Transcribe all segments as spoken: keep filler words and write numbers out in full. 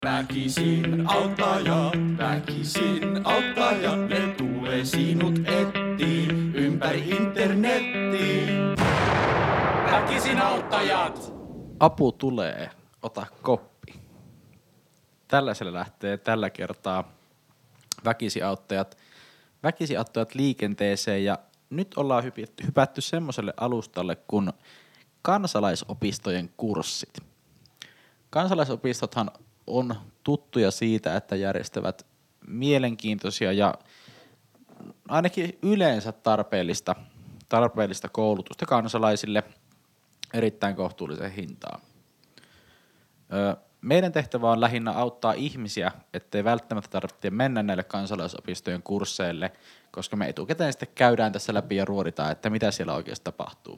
Väkisin auttajat, väkisin auttajat, ne tulee sinut etsiin ympäri internettiin. Väkisin auttajat! Apu tulee, ota koppi. Tällaisella lähtee tällä kertaa väkisiauttajat, väkisiauttajat liikenteeseen ja nyt ollaan hypätty, hypätty semmoiselle alustalle kuin kansalaisopistojen kurssit. Kansalaisopistothan on tuttuja siitä, että järjestävät mielenkiintoisia ja ainakin yleensä tarpeellista, tarpeellista koulutusta kansalaisille erittäin kohtuulliseen hintaan. Öö, meidän tehtävä on lähinnä auttaa ihmisiä, ettei välttämättä tarvitse mennä näille kansalaisopistojen kursseille, koska me etukäteen sitten käydään tässä läpi ja ruoditaan, että mitä siellä oikeasti tapahtuu.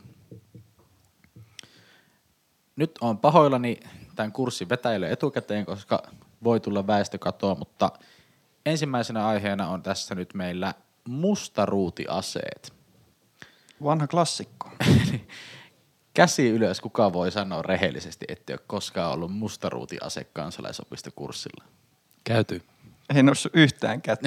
Nyt on pahoillani tämän kurssin vetäjille etukäteen, koska voi tulla väestökatoa, mutta ensimmäisenä aiheena on tässä nyt meillä mustaruutiaseet. Vanha klassikko. Käsi ylös, kuka voi sanoa rehellisesti, ettei ole koskaan ollut mustaruutiase kansalaisopistokurssilla. Käyty. Ei noussut yhtään kättä.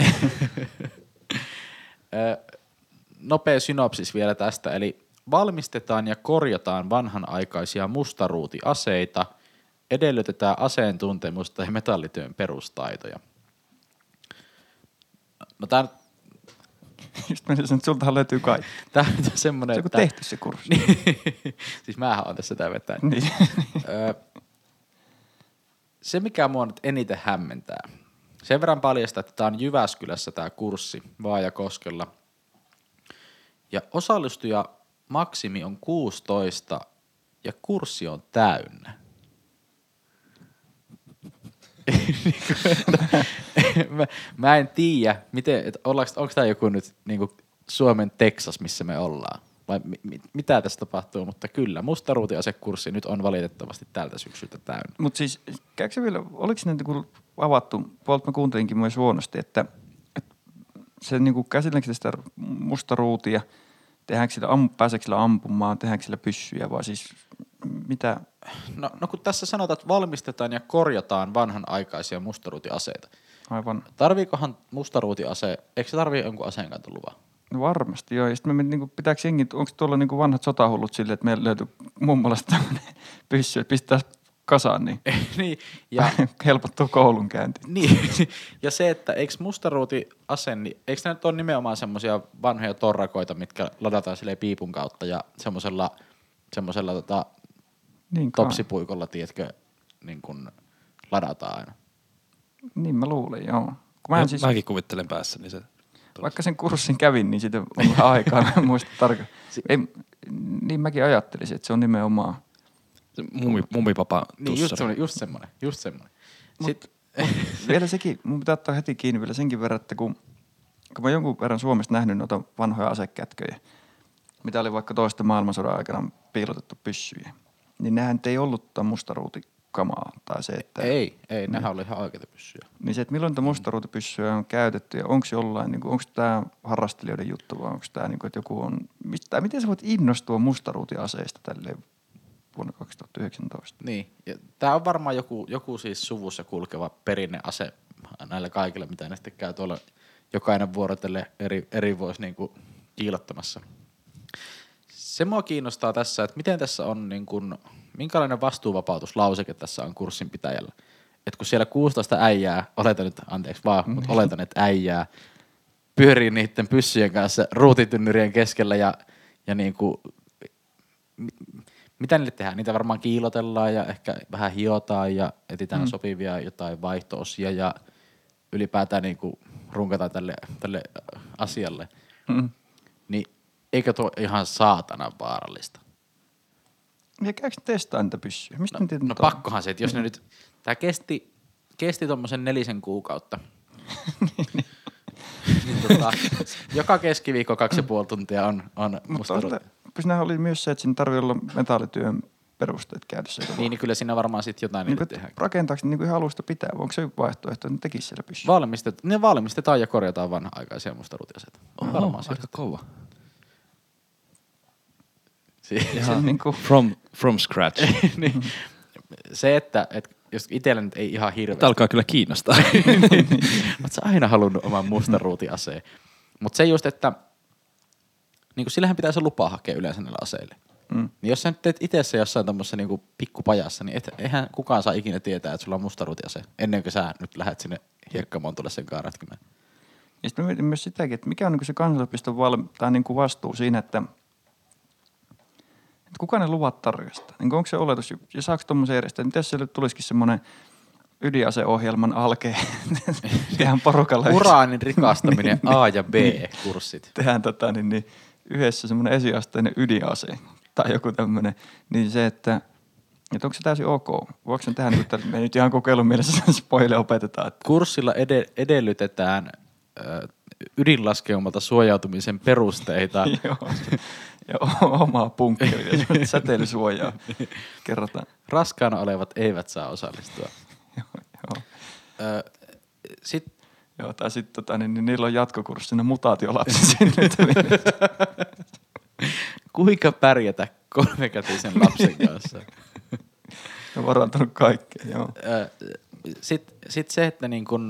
Nopea synopsis vielä tästä, eli valmistetaan ja korjataan vanhanaikaisia mustaruutiaseita, edellytetään aseen tuntemusta ja metallityön perustaitoja. No tää Just menisin, että sultahan löytyy kaikki. Tää on semmonen, Se on että tehty se kurssi. siis mähän on tässä tää vetäjä. Niin. Öö, se, mikä mua nyt eniten hämmentää, sen verran paljastaa, että tää on Jyväskylässä tää kurssi Vaajakoskella. Ja osallistuja maksimi on kuusitoista ja kurssi on täynnä. mä, mä en tiedä, miten, et onko tämä joku nyt niinku Suomen Texas, missä me ollaan, vai mi, mi, mitä tässä tapahtuu, mutta kyllä, mustaruutiasekurssi nyt on valitettavasti tältä syksyltä täynnä. Mutta siis, käykö vielä, oliko se niinku avattu, puolta mä kuuntelinkin myös huonosti, että, että se niinku käsitelläänkö sitä mustaruutia, tehdäänkö sillä, am, pääseekö sillä ampumaan, tehdäänkö sillä pyssyjä, vai siis mitä? No, no kun tässä sanotaan, että valmistetaan ja korjataan vanhanaikaisia mustaruutiaseita. Aivan. Tarviikohan mustaruutiase, eikö se tarvii jonkun aseenkantoluvan? No varmasti joo, ja sitten me niinku, pitääkö jengi, onko tuolla niinku vanhat sotahullut silleen, että meillä löytyy mummolasta tämmöinen pyssy, että pistää kasaan, niin, niin ja helpottuu koulunkäynti. Niin, ja se, että eikö mustaruutiase, niin eikö ne nyt ole nimenomaan semmoisia vanhoja torrakoita, mitkä ladataan silleen piipun kautta ja semmoisella semmoisella tota, niin topsipuikolla, tiedätkö, niin kun ladataan aina. Niin mä luulen, joo. Kun mä Mä, siis, mäkin kuvittelen päässä, niin se... vaikka sen kurssin kävin, niin siitä on vähän aikaa, mä en muista tarkkaan. Ei, niin mäkin ajattelisin, että se on nimenomaan. Mummi, mummipapa Niin, just semmoinen, just semmoinen, just semmoinen. Mut, mut, vielä sekin, mun pitää ottaa heti kiinni vielä senkin verran, että kun, kun mä jonkun verran Suomesta nähnyt noita vanhoja asekätköjä, mitä oli vaikka toista maailmansodan aikana piilotettu pyssyjä, niin nehän ei ollut mustaruutikamaa tai se, että... Ei, ei, nehän oli ihan oikeita pyssyjä. Niin se, että milloin niitä mustaruutipyssyjä on käytetty ja onko jollain, niin onko tämä harrastelijoiden juttu vai onko tämä, niin kuin, että joku on... Mistä, miten sä voit innostua mustaruutiaseista tälleen vuonna kaksituhattayhdeksäntoista? Niin, ja tää on varmaan joku, joku siis suvussa kulkeva perinnease näille kaikille, mitä ne sitten käy tuolla jokainen vuorotelle eri, eri vuosi niin kuin kiilottamassa. Se mua kiinnostaa tässä, että miten tässä on niin kuin, minkälainen vastuuvapautuslauseke tässä on kurssin pitäjällä. Että kun siellä kuusitoista äijää, oletan nyt, anteeksi vaan, mm. mutta oletan, että äijää pyörii niiden pyssyjen kanssa ruutitynnyrien keskellä ja, ja niin kuin, mitä niille tehdään? Niitä varmaan kiilotellaan ja ehkä vähän hiotaan ja etsitään mm. sopivia jotain vaihto-osia ja ylipäätään niin kuin runkataan tälle, tälle asialle. Mm. Niin eikö tuo ihan saatanan vaarallista? Ja käykö testaa niitä pyssyjä? Mistä No, ne no pakkohan se, että jos ne nyt, tää kesti, kesti tommosen nelisen kuukautta. niin tota, joka keskiviikko kaksi ja puoli tuntia on, on mustaruuti. Mutta oli myös se, että siinä tarvii olla metallityön perusteet käytössä. Niin, niin kyllä siinä varmaan sitten jotain niin, niitä tehdään. Rakentaako ne niin ihan alusta pitää, vai onko se joku vaihtoehto, että ne tekisi siellä pyssyä? Valmistet, ne valmistetaan ja korjataan vanha-aikaisia mustaruutiaseita. On Oho, varmaan aika kova. Si- Se on niin kuin... From, from scratch. niin, se, että et jos itsellä nyt ei ihan hirveästi. Tämä alkaa kyllä kiinnostaa. Oot sä aina halunnut oman mustaruutiaseen. Mutta se just, että niin sillähän pitäisi lupa hakea yleensä näillä aseille. Mm. Niin jos sä nyt teet itse jossain tommosessa niinku pikkupajassa, niin et, eihän kukaan saa ikinä tietää, että sulla on mustaruutiase, ennen kuin sä nyt lähdet sinne hiekkamontulle sen kanssa ratkimään. Ja sitten mä mietin myös sitäkin, että mikä on niinku se kansallispiston valmi- tai niinku vastuu siinä, että, että kuka ne luvat tarkastaa. Niin onko se oletus, ja saako tuommoisen järjestää, että mitäs siellä tulisikin semmoinen ydinaseohjelman alkeen, tehdään porukalla Uraanin rikastaminen A ja B-kurssit. tehdään tota, niin, niin, yhdessä semmoinen esiasteinen ydinase tai joku tämmöinen, niin se, että, että onko se täysin ok? Voiko sen tehdä, niin kuin, me nyt ihan kokeilun mielessä pojille opetetaan. Että Kurssilla ed- edellytetään ö, ydinlaskeumalta suojautumisen perusteita. joo, ja omaa punkkeria ja semmoista säteilysuojaa kerrotaan. Raskaana olevat eivät saa osallistua. Joo, joo. Ö, sit, Joo, tai sitten tota, niin, niin niillä on jatkokurssina mutaatiolapsi synnyttäminen. kuinka pärjätä kolmekätisen lapsen kanssa? On varantanut kaikkea, joo. Sitten sit se, että niin kun,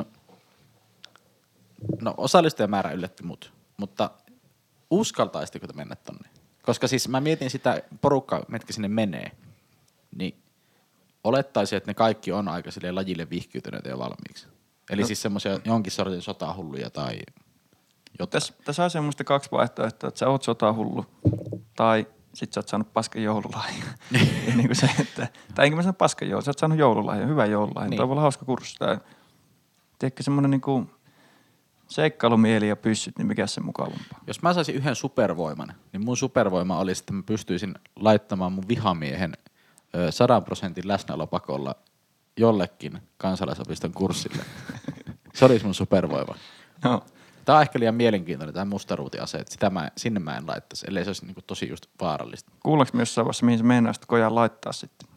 no osallistujamäärä yllätti mut, mutta uskaltaisitko te mennä tonne? Koska siis mä mietin sitä porukkaa, mitkä sinne menee, niin olettaisin, että ne kaikki on aika silleen lajille vihkiytyneitä jo valmiiksi. Eli no. siis semmoisia jonkin sortin sotahulluja tai jotain. Tässä, tässä on semmoista kaksi vaihtoehtoa, että sä oot sotahullu tai sit sä oot saanut paskan joululahja. niin kuin se, että, tai enkä mä sano paskan joululahja, sä oot saanut joululahja, hyvä joululahja. Niin. Tämä voi olla hauska kurssi. Tai, tiedätkö semmoinen niinku seikkailumieli ja pyssyt, niin mikä se mukavampaa? Jos mä saisin yhden supervoiman, niin mun supervoima olisi, että mä pystyisin laittamaan mun vihamiehen ö, sadan prosentin läsnäolopakolla jollekin kansalaisopiston kurssille. Se olisi mun supervoima. Joo. Tää on ehkä liian mielenkiintoinen, tämä mustaruutiase, että sitä mä, sinne mä en laittaisi, ellei se olisi niinku tosi just vaarallista. Kuuleeko myös jossain vaiheessa, mihin se meinaa sitten kojaan laittaa sitten?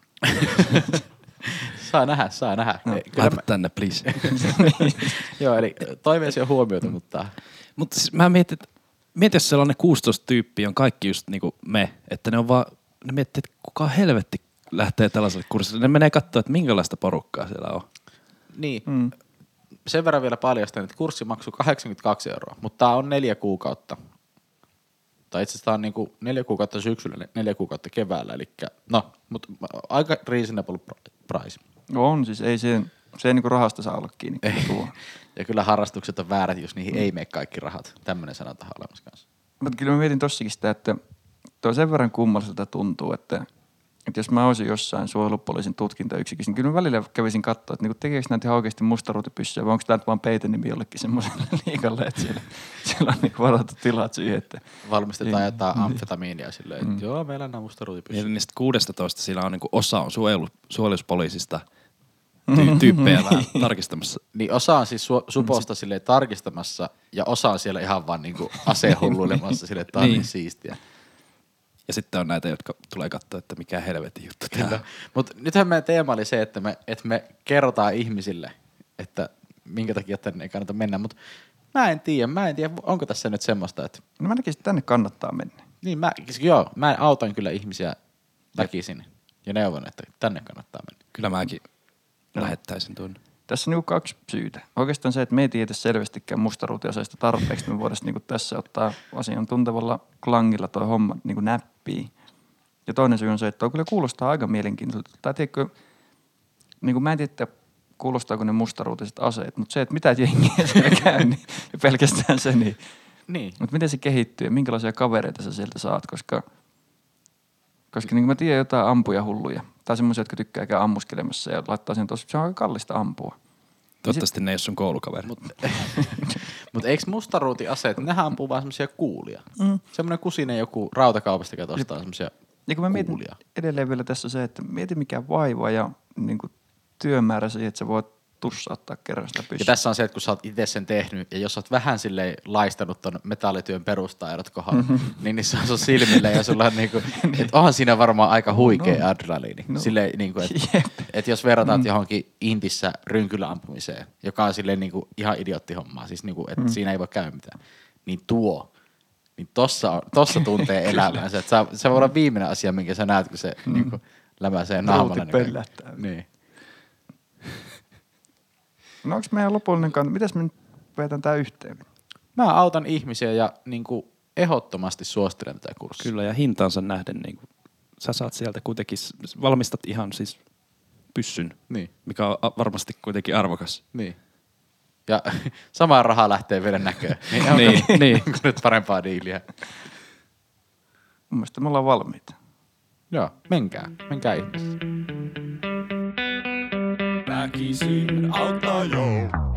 Saa nähdä, saa nähdä. No, Ei, kyllä Laita mä, tänne, please. joo, eli toiveesi on huomioitu, mutta Mutta siis mä mietin, että mieti, jos sellainen kuusitoista tyyppiä on kaikki just niinku me, että ne on vaan, ne miettii, että kuka helvetti lähtee tällaiselle kurssille. Ne menee katsoa, että minkälaista porukkaa siellä on. niin. Mm. Sen verran vielä paljastan, että kurssi maksoi kahdeksankymmentäkaksi euroa, mutta tää on neljä kuukautta. Tai itse asiassa tää on niinku neljä kuukautta syksyllä, neljä kuukautta keväällä, eli no, mutta aika reasonable price. On siis, ei se, se ei niinku rahasta saa olla kiinni. Ei. Tuo. Ja kyllä harrastukset on väärät, jos niihin mm. ei mene kaikki rahat. Tämmöinen sanontahan olemassa kanssa. Mutta kyllä mä mietin tossakin sitä, että tuo sen verran kummalliselta tuntuu, että, että jos mä olisin jossain suojelupoliisin tutkintayksikössä, niin kyllä mä välillä kävisin katsoa, että niinku tekeekö näitä ihan oikeasti mustaruutipyssyjä, vai onko tämä nyt vaan peitenimi jollekin semmoiselle liikalle, että siellä, siellä on niinku varattu tilat siihen, että Valmistetaan Niin. jotain amfetamiinia silleen, että Mm. joo, meillä on nämä mustaruutipyssy. Niin niistä kuudestatoista sillä on niinku osa on suojelu, suojeluspoliisista ty- tyyppejä vähän tarkistamassa. Niin osa on siis su- suposta silleen tarkistamassa, ja osa on siellä ihan vaan niinku asehulluilemassa silleen, että tää on niin Niin. siistiä. Ja sitten on näitä, jotka tulee katsoa, että mikä helvetin juttu tää on. Kyllä. Mutta nythän meidän teema oli se, että me, että me kerrotaan ihmisille, että minkä takia tänne ei kannata mennä, mutta mä en tiedä, mä en tiedä, onko tässä nyt semmoista, että no mä näkisin, että tänne kannattaa mennä. niin mä, joo, mä autan kyllä ihmisiä väkisin ja neuvon, että tänne kannattaa mennä. Kyllä mäkin lähettäisin tuonne. Tässä on niinku kaksi syytä. Oikeastaan se, että me ei tiedä selvästikään mustaruutiaseista tarpeeksi, että me voidaan niinku tässä ottaa asiantuntevalla klangilla toi homma niinku näppiin. Ja toinen syy on se, että toi kyllä kuulostaa aika mielenkiintoiselta. Tai tiedätkö, niinku mä en tiedä, että kuulostaako ne mustaruutiset aseet, mutta se, että mitä jengiä siellä käy, niin ja pelkästään se, niin. Niin. Mutta miten se kehittyy ja minkälaisia kavereita sä sieltä saat, koska, koska niin kuin mä tiedän jotain ampuja hulluja. Tai semmoisia, jotka tykkää käydä ammuskelemassa ja laittaa sen tosi, se on aika kallista ampua. Toivottavasti ne ei ole sun koulukaveri. Mutta mut eikö mustaruutiaseet, nehän ampuu vaan semmosia kuulia. Mm. Semmoinen kusinen joku rautakaupasta, joka ostaa semmosia Ja kun mä mietin kuulia. edelleen vielä tässä se, että mieti mikä vaiva ja niin kuin työmäärä siihen, että sä voit tussauttaa kerran sitä Ja pyssyä. tässä on se, että kun sä oot itse sen tehnyt, ja jos sä oot vähän silleen laistanut ton metallityön perustaidot kohdalla, mm-hmm. niin niissä on sun silmille, ja sulla on niinku, että onhan siinä varmaan aika huikea No. adrenaliini. No. Silleen niinku, että Jep. et jos verrataan mm. johonkin intissä rynkyllä ampumiseen, joka on silleen niinku ihan idioottihommaa, siis niinku, että mm. siinä ei voi käydä mitään, niin tuo, niin tossa, on, tossa tuntee elämänsä. Että se, se voi olla viimeinen asia, minkä sä näet, kun se mm. niinku lämäisee naamalla. Ruuti pöllähtää. Niin. No onko meidän lopullinen kanta? Mitäs me nyt vedetään tää yhteen? Mä autan ihmisiä ja niinku ehdottomasti suosittelen tätä kurssia. Kyllä, ja hintaansa nähden niin kuin, sä saat sieltä kuitenkin, valmistat ihan siis pyssyn, Niin. mikä on a- varmasti kuitenkin arvokas. Niin. Ja samaa rahaa lähtee vielä näköön. Niin, onko, Niin, niin. onko nyt parempaa diiliä? Mun mielestä me ollaan valmiita. Joo, menkää. Menkää ihmeessä. Väkisin auttaa jo.